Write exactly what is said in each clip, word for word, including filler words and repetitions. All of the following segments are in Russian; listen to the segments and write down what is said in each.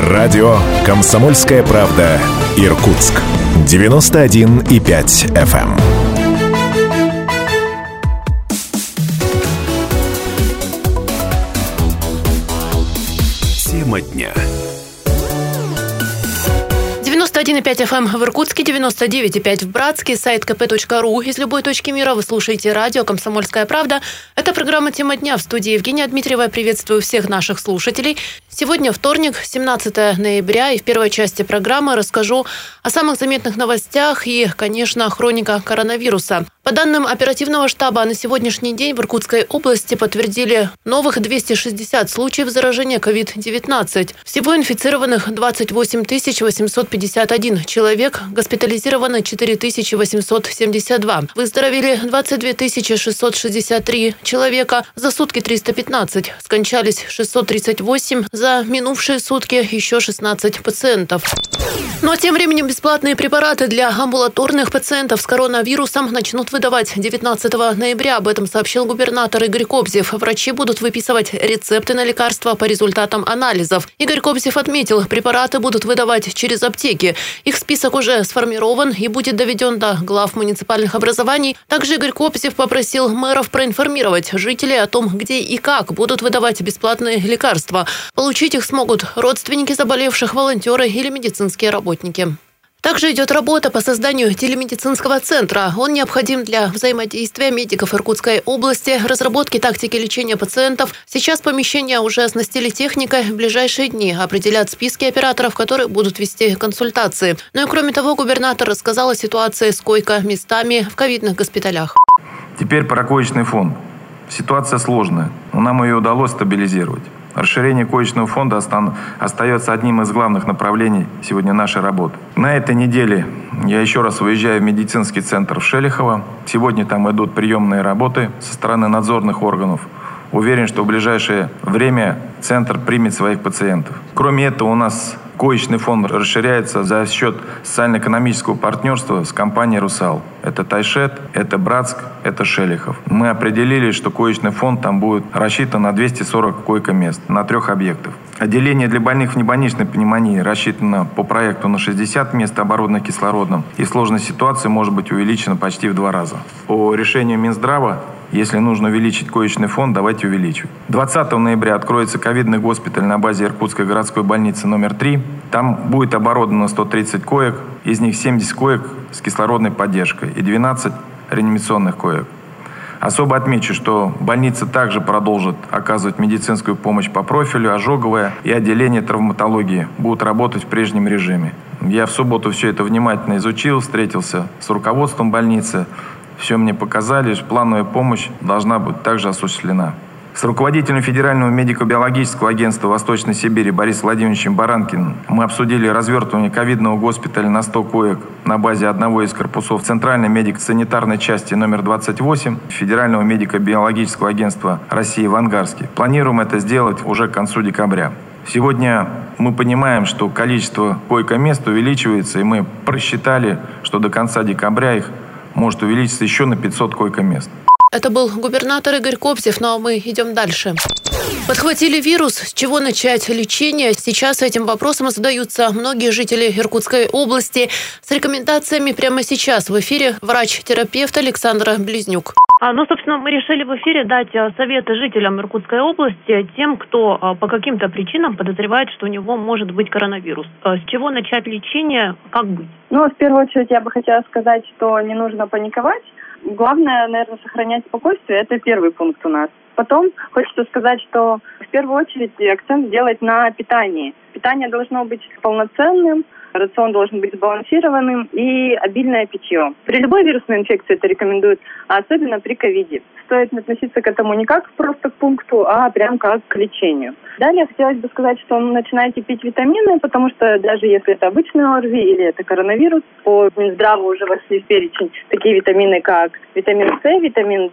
Радио «Комсомольская правда» Иркутск. девяносто один и пять эф эм. Тема дня. девяносто один и пять эф эм в Иркутске, девяносто девять и пять в Братске, сайт ка пэ точка ру. Из любой точки мира вы слушаете радио «Комсомольская правда». Это программа «Тема дня». В студии Евгения Дмитриева. Приветствую всех наших слушателей. Сегодня вторник, семнадцатое ноября, и в первой части программы расскажу о самых заметных новостях и, конечно, хроника коронавируса. По данным оперативного штаба, на сегодняшний день в Иркутской области подтвердили новых двести шестьдесят случаев заражения ковид девятнадцать. Всего инфицированных двадцать восемь тысяч восемьсот пятьдесят один человек, госпитализированы четыре тысячи восемьсот семьдесят два. Выздоровели двадцать две тысячи шестьсот шестьдесят три человека, за сутки триста пятнадцать. Скончались шестьсот тридцать восемь, за минувшие сутки еще шестнадцать пациентов. Но тем временем бесплатные препараты для амбулаторных пациентов с коронавирусом начнут выдавать девятнадцатого ноября. Об этом сообщил губернатор Игорь Кобзев. Врачи будут выписывать рецепты на лекарства по результатам анализов. Игорь Кобзев отметил, препараты будут выдавать через аптеки. Их список уже сформирован и будет доведен до глав муниципальных образований. Также Игорь Кобзев попросил мэров проинформировать жителей о том, где и как будут выдавать бесплатные лекарства. Получить их смогут родственники заболевших, волонтеры или медицинские работники. Также идет работа по созданию телемедицинского центра. Он необходим для взаимодействия медиков Иркутской области, разработки тактики лечения пациентов. Сейчас помещение уже оснастили техникой. В ближайшие дни определят списки операторов, которые будут вести консультации. Ну и кроме того, губернатор рассказал о ситуации с койко-местами в ковидных госпиталях. Теперь про коечный фонд. Ситуация сложная, но нам ее удалось стабилизировать. Расширение коечного фонда остается одним из главных направлений сегодня нашей работы. На этой неделе я еще раз выезжаю в медицинский центр в Шелихово. Сегодня там идут приемные работы со стороны надзорных органов. Уверен, что в ближайшее время центр примет своих пациентов. Кроме этого, у нас коечный фонд расширяется за счет социально-экономического партнерства с компанией «Русал». Это Тайшет, это Братск, это Шелихов. Мы определили, что коечный фонд там будет рассчитан на двести сорок койко-мест на трех объектах. Отделение для больных внебольничной пневмонии рассчитано по проекту на шестьдесят мест, оборудованных кислородом, и сложность ситуации может быть увеличена почти в два раза. По решению Минздрава, если нужно увеличить коечный фонд, давайте увеличивать. двадцатого ноября откроется ковидный госпиталь на базе Иркутской городской больницы номер три. Там будет оборудовано сто тридцать коек, из них семьдесят коек с кислородной поддержкой и двенадцать реанимационных коек. Особо отмечу, что больница также продолжит оказывать медицинскую помощь по профилю, ожоговое и отделение травматологии будут работать в прежнем режиме. Я в субботу все это внимательно изучил, встретился с руководством больницы. Все мне показали, что плановая помощь должна быть также осуществлена. С руководителем Федерального медико-биологического агентства Восточной Сибири Борисом Владимировичем Баранкиным мы обсудили развертывание ковидного госпиталя на сто коек на базе одного из корпусов Центральной медико-санитарной части номер двадцать восемь Федерального медико-биологического агентства России в Ангарске. Планируем это сделать уже к концу декабря. Сегодня мы понимаем, что количество койко-мест увеличивается, и мы просчитали, что до конца декабря их может увеличиться еще на пятьсот койко-мест. Это был губернатор Игорь Кобзев, ну а мы идем дальше. Подхватили вирус, с чего начать лечение? Сейчас этим вопросом задаются многие жители Иркутской области. С рекомендациями прямо сейчас в эфире врач-терапевт Александра Близнюк. Ну, собственно, мы решили в эфире дать советы жителям Иркутской области, тем, кто по каким-то причинам подозревает, что у него может быть коронавирус. С чего начать лечение, как быть? Ну, в первую очередь я бы хотела сказать, что не нужно паниковать. Главное, наверное, сохранять спокойствие. Это первый пункт у нас. Потом хочется сказать, что в первую очередь акцент делать на питании. Питание должно быть полноценным, рацион должен быть сбалансированным и обильное питье. При любой вирусной инфекции это рекомендуют, а особенно при ковиде. Стоит относиться к этому не как просто к пункту, а прям как к лечению. Далее хотелось бы сказать, что начинайте пить витамины, потому что даже если это обычный ОРВИ или это коронавирус, по Минздраву уже вошли в перечень такие витамины, как витамин С, витамин D,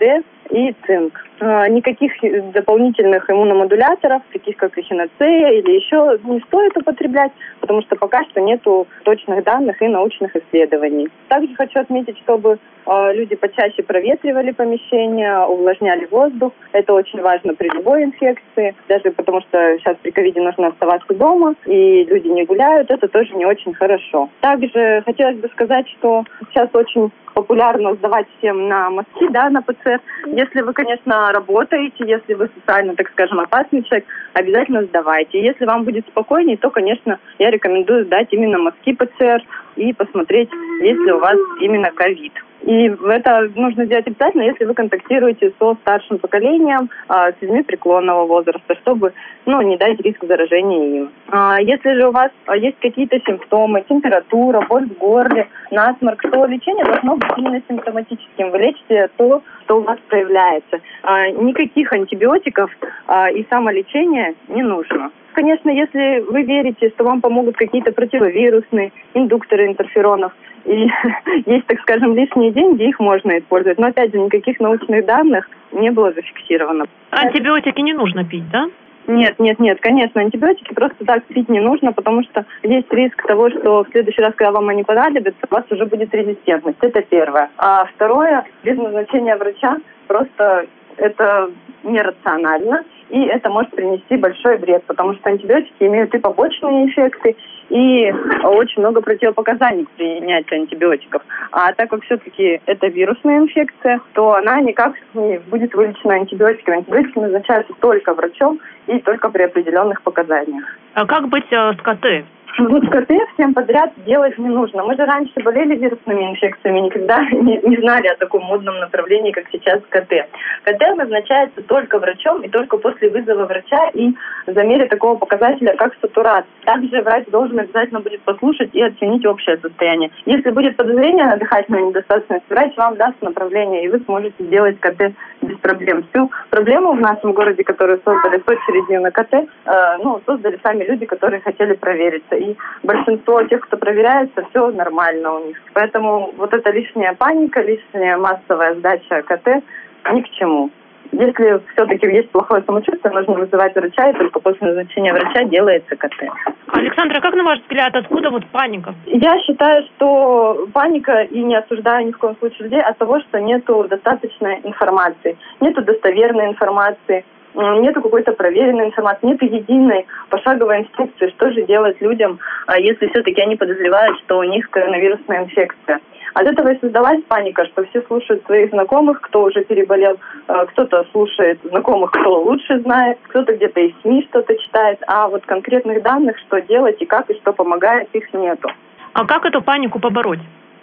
и цинк. Никаких дополнительных иммуномодуляторов, таких как эхиноцея или еще, не стоит употреблять, потому что пока что нету точных данных и научных исследований. Также хочу отметить, чтобы люди почаще проветривали помещения, увлажняли воздух. Это очень важно при любой инфекции, даже потому что сейчас при ковиде нужно оставаться дома, и люди не гуляют, это тоже не очень хорошо. Также хотелось бы сказать, что сейчас очень популярно сдавать всем на мазки, да, на ПЦР. Если вы, конечно, работаете, если вы социально, так скажем, опасный человек, обязательно сдавайте. Если вам будет спокойнее, то, конечно, я рекомендую сдать именно мазки ПЦР и посмотреть, есть ли у вас именно ковид. И это нужно сделать обязательно, если вы контактируете со старшим поколением, с людьми преклонного возраста, чтобы, ну, не дать риск заражения им. Если же у вас есть какие-то симптомы, температура, боль в горле, насморк, то лечение должно быть именно симптоматическим. Вы лечите то, что у вас проявляется. Никаких антибиотиков и самолечения не нужно. Конечно, если вы верите, что вам помогут какие-то противовирусные индукторы интерферонов, и есть, так скажем, лишние деньги, их можно использовать. Но, опять же, никаких научных данных не было зафиксировано. Антибиотики не нужно пить, да? Нет, нет, нет, конечно, антибиотики просто так пить не нужно, потому что есть риск того, что в следующий раз, когда вам они понадобятся, у вас уже будет резистентность. Это первое. А второе, без назначения врача просто это нерационально, и это может принести большой вред, потому что антибиотики имеют и побочные эффекты, и очень много противопоказаний к принятию антибиотиков. А так как все-таки это вирусная инфекция, то она никак не будет вылечена антибиотиками. Антибиотики назначаются только врачом и только при определенных показаниях. А как быть э, с КТ? Вот КТ всем подряд делать не нужно. Мы же раньше болели вирусными инфекциями, никогда не, не знали о таком модном направлении, как сейчас КТ. КТ назначается только врачом и только после вызова врача и замере такого показателя, как сатурация. Также врач должен обязательно будет послушать и оценить общее состояние. Если будет подозрение на дыхательную недостаточность, врач вам даст направление, и вы сможете сделать КТ без проблем. Всю проблему в нашем городе, которую создали с очередью на КТ, э, ну, создали сами люди, которые хотели провериться. И большинство тех, кто проверяется, все нормально у них. Поэтому вот эта лишняя паника, лишняя массовая сдача КТ ни к чему. Если все-таки есть плохое самочувствие, нужно вызывать врача, и только после назначения врача делается КТ. Александра, как на ваш взгляд, откуда вот паника? Я считаю, что паника, и не осуждаю ни в коем случае людей, от того, что нету достаточной информации, нету достоверной информации, нету какой-то проверенной информации, нет единой пошаговой инструкции, что же делать людям, если все-таки они подозревают, что у них коронавирусная инфекция. От этого и создалась паника, что все слушают своих знакомых, кто уже переболел, кто-то слушает знакомых, кто лучше знает, кто-то где-то из СМИ что-то читает, а вот конкретных данных, что делать и как, и что помогает, их нету. А как эту панику побороть?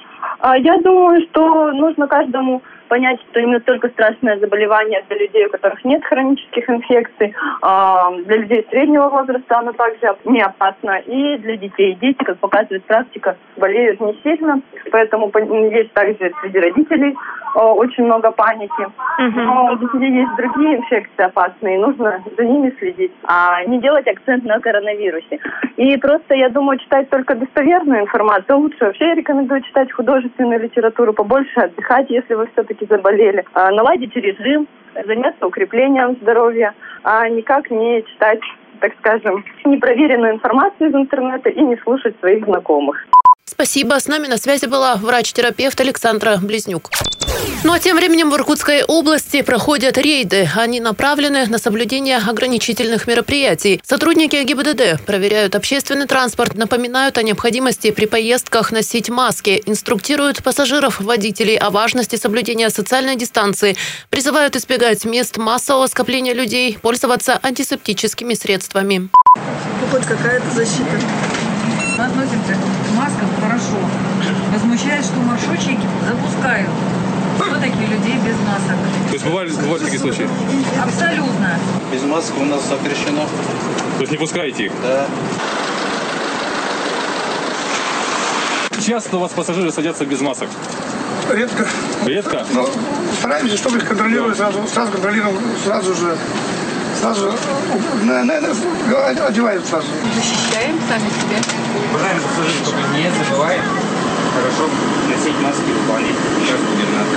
Я думаю, что нужно каждому понять, что не настолько страшное заболевание для людей, у которых нет хронических инфекций, для людей среднего возраста оно также не опасно, и для детей. Дети, как показывает практика, болеют не сильно, поэтому есть также среди родителей очень много паники. Угу. Но у детей есть другие инфекции опасные, и нужно за ними следить, а не делать акцент на коронавирусе. И просто, я думаю, читать только достоверную информацию. Лучше вообще я рекомендую читать художественную литературу, побольше отдыхать, если вы все-таки заболели, наладить режим, заняться укреплением здоровья, а никак не читать, так скажем, непроверенную информацию из интернета и не слушать своих знакомых. Спасибо. С нами на связи была врач-терапевт Александра Близнюк. Ну а тем временем в Иркутской области проходят рейды. Они направлены на соблюдение ограничительных мероприятий. Сотрудники ГИБДД проверяют общественный транспорт, напоминают о необходимости при поездках носить маски, инструктируют пассажиров, водителей о важности соблюдения социальной дистанции, призывают избегать мест массового скопления людей, пользоваться антисептическими средствами. Хоть какая-то защита. Мы относимся к маскам хорошо. Возмущает, что маршрутчики запускают все-таки людей без масок. То есть бывали, бывали такие случаи? Абсолютно. Без масок у нас запрещено. То есть не пускаете их? Да. Часто у вас пассажиры садятся без масок? Редко. Редко? Но стараемся, чтобы их контролировать сразу, сразу контролируем, сразу же, сразу же на, на, на, одеваем сразу. Защищаем сами себя. Уважаемые пассажиры, только не забываем хорошо носить маски, выполнять губернатора.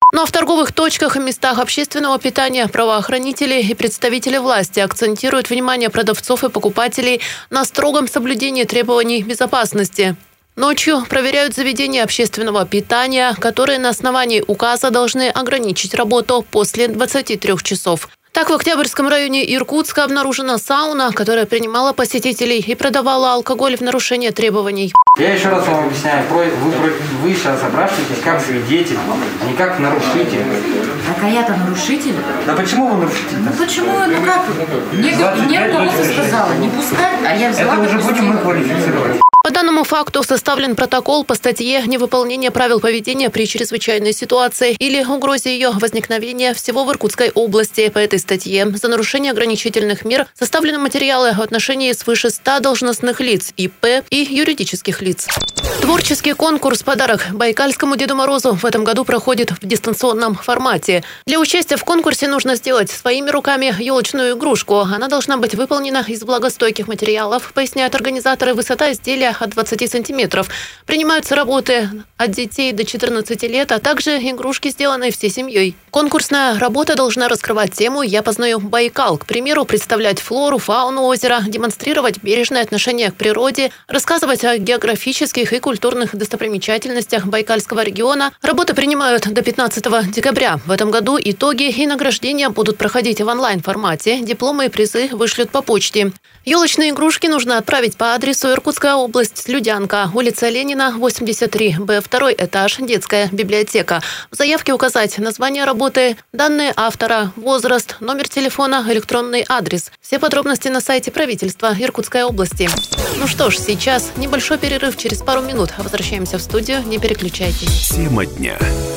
Ну а в торговых точках и местах общественного питания правоохранители и представители власти акцентируют внимание продавцов и покупателей на строгом соблюдении требований безопасности. Ночью проверяют заведения общественного питания, которые на основании указа должны ограничить работу после двадцати трёх часов. Так, в Октябрьском районе Иркутска обнаружена сауна, которая принимала посетителей и продавала алкоголь в нарушение требований. Я еще раз вам объясняю, вы, вы сейчас опрашиваетесь как свидетель, а не как нарушитель. Так, а я-то нарушитель? Да почему вы нарушитель? Ну почему? Ну как? Мне, мне руководство сказала не пускать, а я взяла. Это уже будем мы квалифицировать. По данному факту составлен протокол по статье «Невыполнение правил поведения при чрезвычайной ситуации» или угрозе ее возникновения всего в Иркутской области. По этой статье за нарушение ограничительных мер составлены материалы в отношении свыше ста должностных лиц, И П и юридических лиц. Творческий конкурс «Подарок Байкальскому Деду Морозу» в этом году проходит в дистанционном формате. Для участия в конкурсе нужно сделать своими руками елочную игрушку. Она должна быть выполнена из влагостойких материалов, поясняют организаторы. Высота изделия от двадцати сантиметров. Принимаются работы от детей до четырнадцати лет, а также игрушки, сделанные всей семьей. Конкурсная работа должна раскрывать тему «Я познаю Байкал». К примеру, представлять флору, фауну озера, демонстрировать бережное отношение к природе, рассказывать о географических и культурных достопримечательностях Байкальского региона. Работы принимают до пятнадцатого декабря. В этом году итоги и награждения будут проходить в онлайн-формате. Дипломы и призы вышлют по почте. Елочные игрушки нужно отправить по адресу Иркутская область, Людянка, улица Ленина, восемьдесят три Б, второй этаж, детская библиотека. В заявке указать название работы, данные автора, возраст, номер телефона, электронный адрес. Все подробности на сайте правительства Иркутской области. Ну что ж, сейчас небольшой перерыв, через пару минут возвращаемся в студию, не переключайтесь. Тема дня.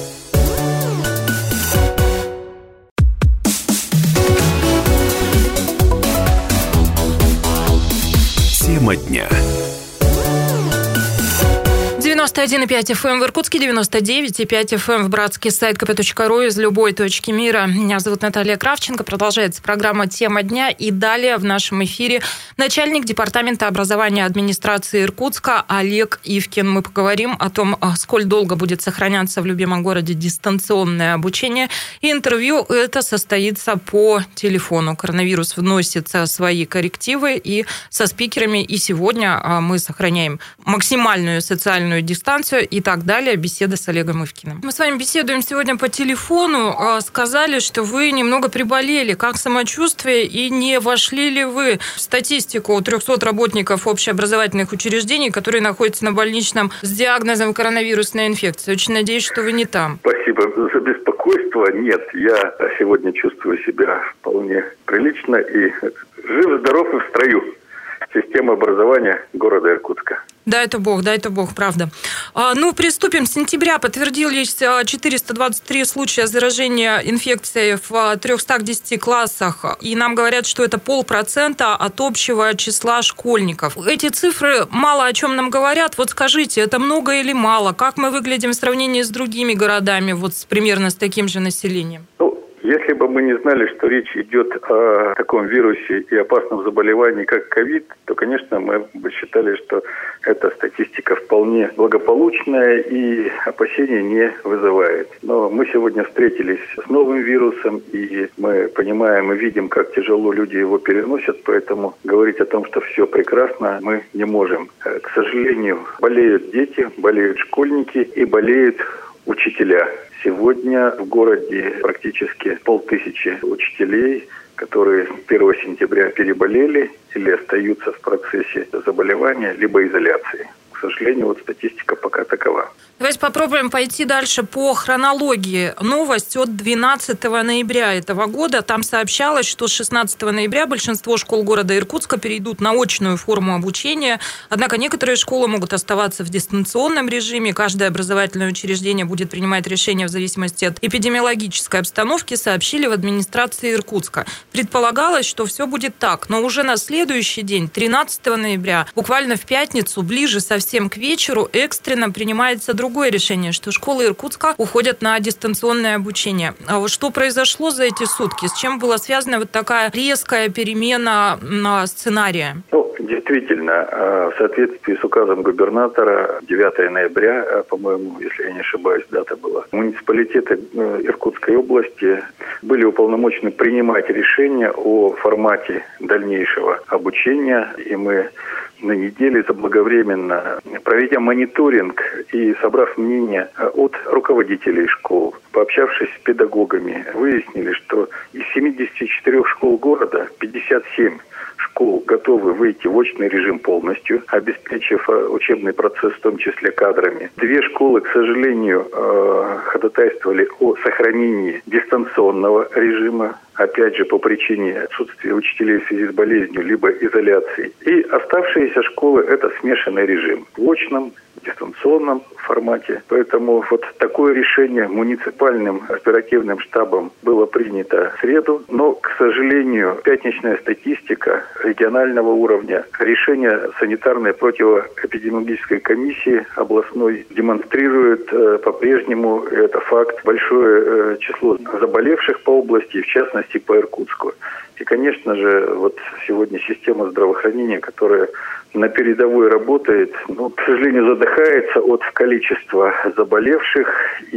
Тема дня. девяносто один и пять эф эм в Иркутске, девяносто девять и пять эф эм в Братске, сайт ка пэ точка ру из любой точки мира. Меня зовут Наталья Кравченко. Продолжается программа «Тема дня». И далее в нашем эфире начальник департамента образования администрации Иркутска Олег Ивкин. Мы поговорим о том, сколь долго будет сохраняться в любимом городе дистанционное обучение. И интервью это состоится по телефону. Коронавирус вносит свои коррективы и со спикерами. И сегодня мы сохраняем максимальную социальную дистанцию и так далее. Беседа с Олегом Ивкиным. Мы с вами беседуем сегодня по телефону. Сказали, что вы немного приболели. Как самочувствие и не вошли ли вы в статистику трехсот работников общеобразовательных учреждений, которые находятся на больничном с диагнозом коронавирусная инфекция? Очень надеюсь, что вы не там. Спасибо за беспокойство. Нет, я сегодня чувствую себя вполне прилично и жив-здоров и в строю системы образования города Иркутска. Дай это Бог, дай это Бог, правда. А, ну, приступим. С сентября подтвердились четыреста двадцать три случая заражения инфекцией в трехстах десяти классах. И нам говорят, что это полпроцента от общего числа школьников. Эти цифры мало о чем нам говорят. Вот скажите, это много или мало? Как мы выглядим в сравнении с другими городами, вот с, примерно с таким же населением? Если бы мы не знали, что речь идет о таком вирусе и опасном заболевании, как ковид, то, конечно, мы бы считали, что эта статистика вполне благополучная и опасений не вызывает. Но мы сегодня встретились с новым вирусом, и мы понимаем и видим, как тяжело люди его переносят, поэтому говорить о том, что все прекрасно, мы не можем. К сожалению, болеют дети, болеют школьники и болеют учителя. Сегодня в городе практически полтысячи учителей, которые первого сентября переболели или остаются в процессе заболевания, либо изоляции. К сожалению, вот статистика пока такова. Давайте попробуем пойти дальше по хронологии. Новость от двенадцатого ноября этого года. Там сообщалось, что с шестнадцатого ноября большинство школ города Иркутска перейдут на очную форму обучения. Однако некоторые школы могут оставаться в дистанционном режиме. Каждое образовательное учреждение будет принимать решение в зависимости от эпидемиологической обстановки, сообщили в администрации Иркутска. Предполагалось, что все будет так. Но уже на следующий день, тринадцатого ноября, буквально в пятницу, ближе совсем к вечеру, экстренно принимается другое Другое решение, что школы Иркутска уходят на дистанционное обучение. А вот что произошло за эти сутки? С чем была связана вот такая резкая перемена на сценария? Ну, Действительно, в соответствии с указом губернатора девятого ноября, по-моему, если я не ошибаюсь, дата была, муниципалитеты Иркутской области были уполномочены принимать решения о формате дальнейшего обучения, и мы на неделе заблаговременно, проведя мониторинг и собрав мнение от руководителей школ, пообщавшись с педагогами, выяснили, что из семидесяти четырёх школ города пятьдесят семь школ готовы выйти в очный режим полностью, обеспечив учебный процесс, в том числе кадрами. Две школы, к сожалению, ходатайствовали о сохранении дистанционного режима, опять же, по причине отсутствия учителей в связи с болезнью, либо изоляцией. И оставшиеся школы – это смешанный режим в очном, дистанционном формате. Поэтому вот такое решение муниципальным оперативным штабом было принято в среду. Но, к сожалению, пятничная статистика регионального уровня, решение санитарной противоэпидемиологической комиссии областной демонстрирует э, по-прежнему, это факт, большое э, число заболевших по области, в частности по Иркутску. И, конечно же, вот сегодня система здравоохранения, которая на передовой работает, ну, к сожалению, задыхается от количества заболевших.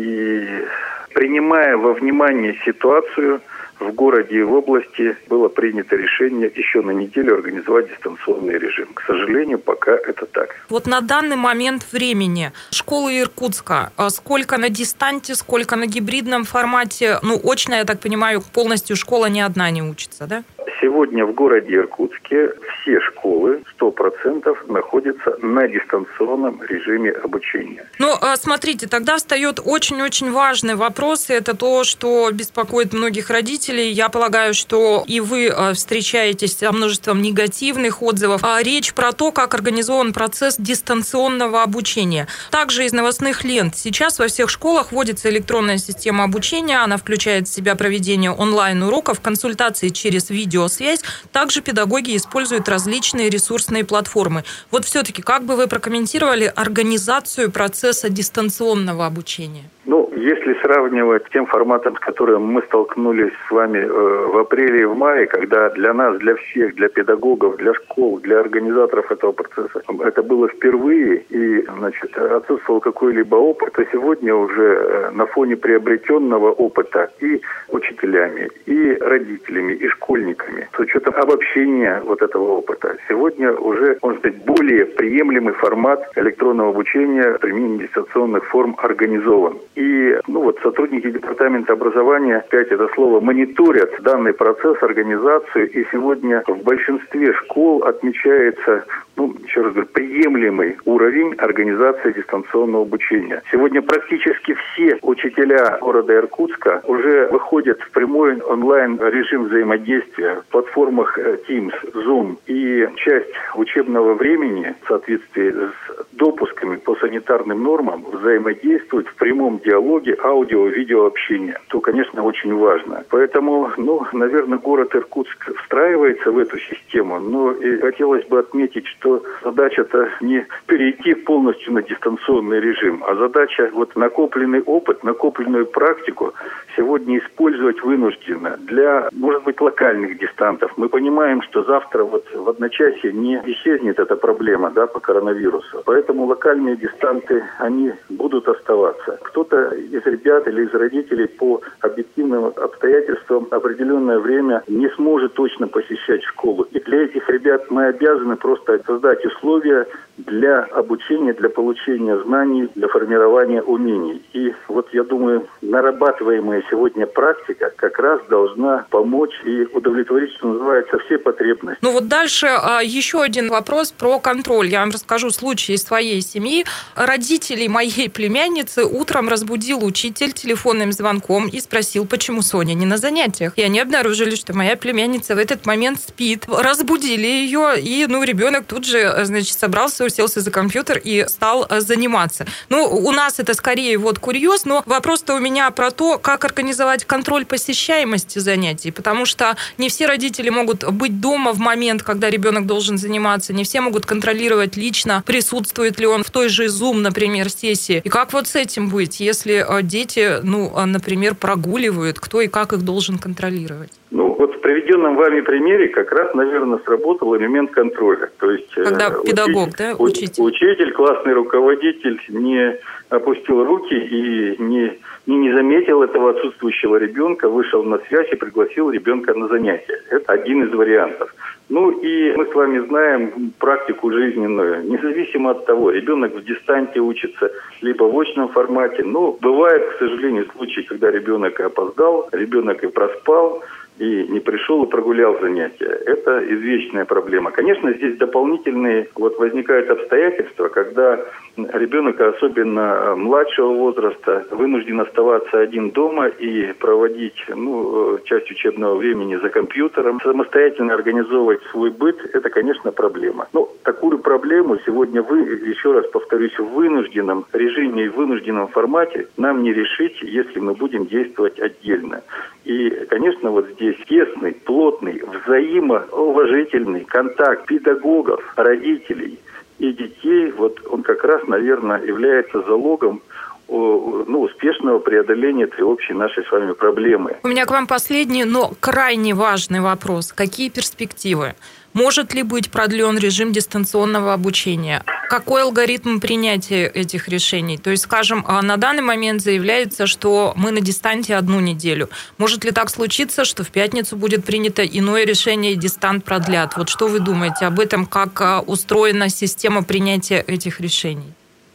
И принимая во внимание ситуацию, в городе и в области было принято решение еще на неделю организовать дистанционный режим. К сожалению, пока это так. Вот на данный момент времени школы Иркутска, сколько на дистанте, сколько на гибридном формате? Ну, очно, я так понимаю, полностью школа ни одна не учится, да? Сегодня в городе Иркутске все школы сто процентов находятся на дистанционном режиме обучения. Ну, смотрите, тогда встает очень-очень важный вопрос, и это то, что беспокоит многих родителей. Я полагаю, что и вы встречаетесь со множеством негативных отзывов. Речь про то, как организован процесс дистанционного обучения. Также из новостных лент. Сейчас во всех школах вводится электронная система обучения. Она включает в себя проведение онлайн-уроков, консультации через видеосвязь. Также педагоги используют различные ресурсные платформы. Вот все-таки как бы вы прокомментировали организацию процесса дистанционного обучения? Ну, если сравнивать с тем форматом, с которым мы столкнулись с вами э, в апреле и в мае, когда для нас, для всех, для педагогов, для школ, для организаторов этого процесса это было впервые и, значит, отсутствовал какой-либо опыт, то сегодня уже на фоне приобретенного опыта и учителями, и родителями, и школьниками, с учетом обобщения вот этого опыта, сегодня уже, может быть, более приемлемый формат электронного обучения, применения дистанционных форм организован. И, ну вот, сотрудники департамента образования, опять это слово, мониторят данный процесс, организацию, и сегодня в большинстве школ отмечается, ну, еще раз говорю, приемлемый уровень организации дистанционного обучения. Сегодня практически все учителя города Иркутска уже выходят в прямой онлайн-режим взаимодействия в платформах Teams, Zoom, и часть учебного времени в соответствии с допусками по санитарным нормам взаимодействуют в прямом диалоге, аудио, видеообщения, то, конечно, очень важно. Поэтому, ну, наверное, город Иркутск встраивается в эту систему, но и хотелось бы отметить, что задача-то не перейти полностью на дистанционный режим, а задача вот накопленный опыт, накопленную практику сегодня использовать вынужденно для, может быть, локальных дистантов. Мы понимаем, что завтра вот в одночасье не исчезнет эта проблема, да, по коронавирусу. Поэтому локальные дистанты, они будут оставаться. Кто-то из ребят или из родителей по объективным обстоятельствам определенное время не сможет точно посещать школу. И для этих ребят мы обязаны просто создать условия для обучения, для получения знаний, для формирования умений. И вот, я думаю, нарабатываемая сегодня практика как раз должна помочь и удовлетворить, что называется, все потребности. Ну вот дальше еще один вопрос про контроль. Я вам расскажу случай из своей семьи. Родителей моей племянницы утром разбудил учитель телефонным звонком и спросил, почему Соня не на занятиях. И они обнаружили, что моя племянница в этот момент спит. Разбудили ее, и ну, ребенок тут же, значит, собрался, уселся за компьютер и стал заниматься. Ну, у нас это скорее вот курьез, но вопрос-то у меня про то, как организовать контроль посещаемости занятий, потому что не все родители могут быть дома в момент, когда ребенок должен заниматься, не все могут контролировать лично, присутствует ли он в той же Zoom, например, сессии. И как вот с этим быть, если дети, ну, например, прогуливают, кто и как их должен контролировать? Ну, вот в приведенном вами примере как раз, наверное, сработал элемент контроля. То есть, когда э, педагог, учитель, да, учитель? Учитель, классный руководитель не опустил руки и не, не, не заметил этого отсутствующего ребенка, вышел на связь и пригласил ребенка на занятия. Это один из вариантов. Ну и мы с вами знаем практику жизненную. Независимо от того, ребенок в дистанте учится, либо в очном формате. Но бывает, к сожалению, случаи, когда ребенок и опоздал, ребенок и проспал, и не пришел и прогулял занятия. Это извечная проблема. Конечно, здесь дополнительные вот возникают обстоятельства, когда ребенок, особенно младшего возраста, вынужден оставаться один дома и проводить ну, часть учебного времени за компьютером. Самостоятельно организовывать свой быт – это, конечно, проблема. Но такую проблему сегодня вы, еще раз повторюсь, в вынужденном режиме и в вынужденном формате нам не решить, если мы будем действовать отдельно. И, конечно, вот здесь тесный, плотный, взаимоуважительный контакт педагогов, родителей и детей, вот он как раз, наверное, является залогом ну, успешного преодоления этой общей нашей с вами проблемы. У меня к вам последний, но крайне важный вопрос. Какие перспективы? Может ли быть продлен режим дистанционного обучения? Какой алгоритм принятия этих решений? То есть, скажем, на данный момент заявляется, что мы на дистанте одну неделю. Может ли так случиться, что в пятницу будет принято иное решение и дистант продлят? Вот что вы думаете об этом, как устроена система принятия этих решений?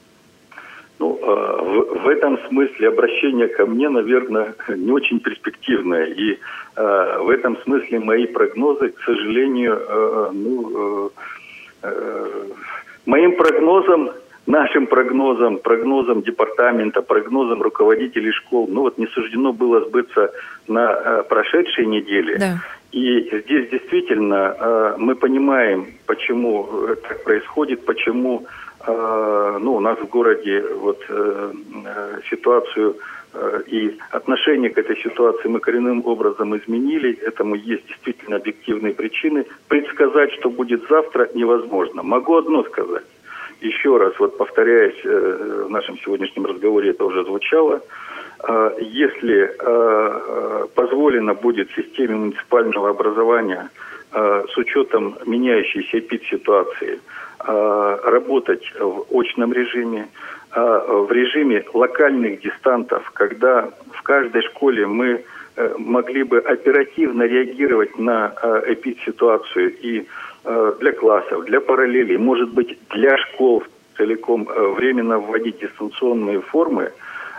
Ну, в, в этом смысле обращение ко мне, наверное, не очень перспективное. И э, в этом смысле мои прогнозы, к сожалению, э, ну, э, моим прогнозам, нашим прогнозам, прогнозам департамента, прогнозам руководителей школ, ну вот не суждено было сбыться на э, прошедшей неделе. Да. И здесь действительно э, мы понимаем, почему это происходит, почему э, ну, у нас в городе вот, э, ситуацию э, и отношение к этой ситуации мы коренным образом изменили. Этому есть действительно объективные причины. Предсказать, что будет завтра, невозможно. Могу одно сказать. Еще раз, вот повторяясь, э, в нашем сегодняшнем разговоре это уже звучало. Если э, позволено будет системе муниципального образования э, с учетом меняющейся эпидситуации э, работать в очном режиме, э, в режиме локальных дистантов, когда в каждой школе мы э, могли бы оперативно реагировать на э, эпидситуацию и э, для классов, для параллелей, может быть, для школ целиком э, временно вводить дистанционные формы,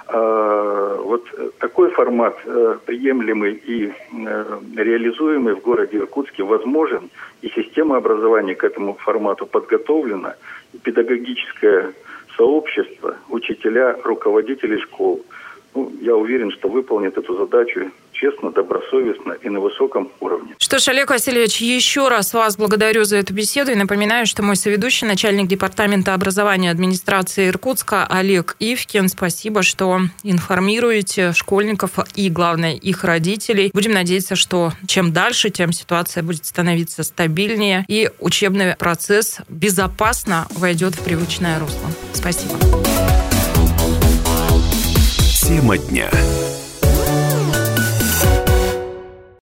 вот такой формат приемлемый и реализуемый в городе Иркутске возможен, и система образования к этому формату подготовлена, и педагогическое сообщество, учителя, руководители школ, ну, я уверен, что выполнит эту задачу честно, добросовестно и на высоком уровне. Что ж, Олег Васильевич, еще раз вас благодарю за эту беседу и напоминаю, что мой соведущий, начальник департамента образования администрации Иркутска Олег Ивкин. Спасибо, что информируете школьников и, главное, их родителей. Будем надеяться, что чем дальше, тем ситуация будет становиться стабильнее и учебный процесс безопасно войдет в привычное русло. Спасибо. Тема дня.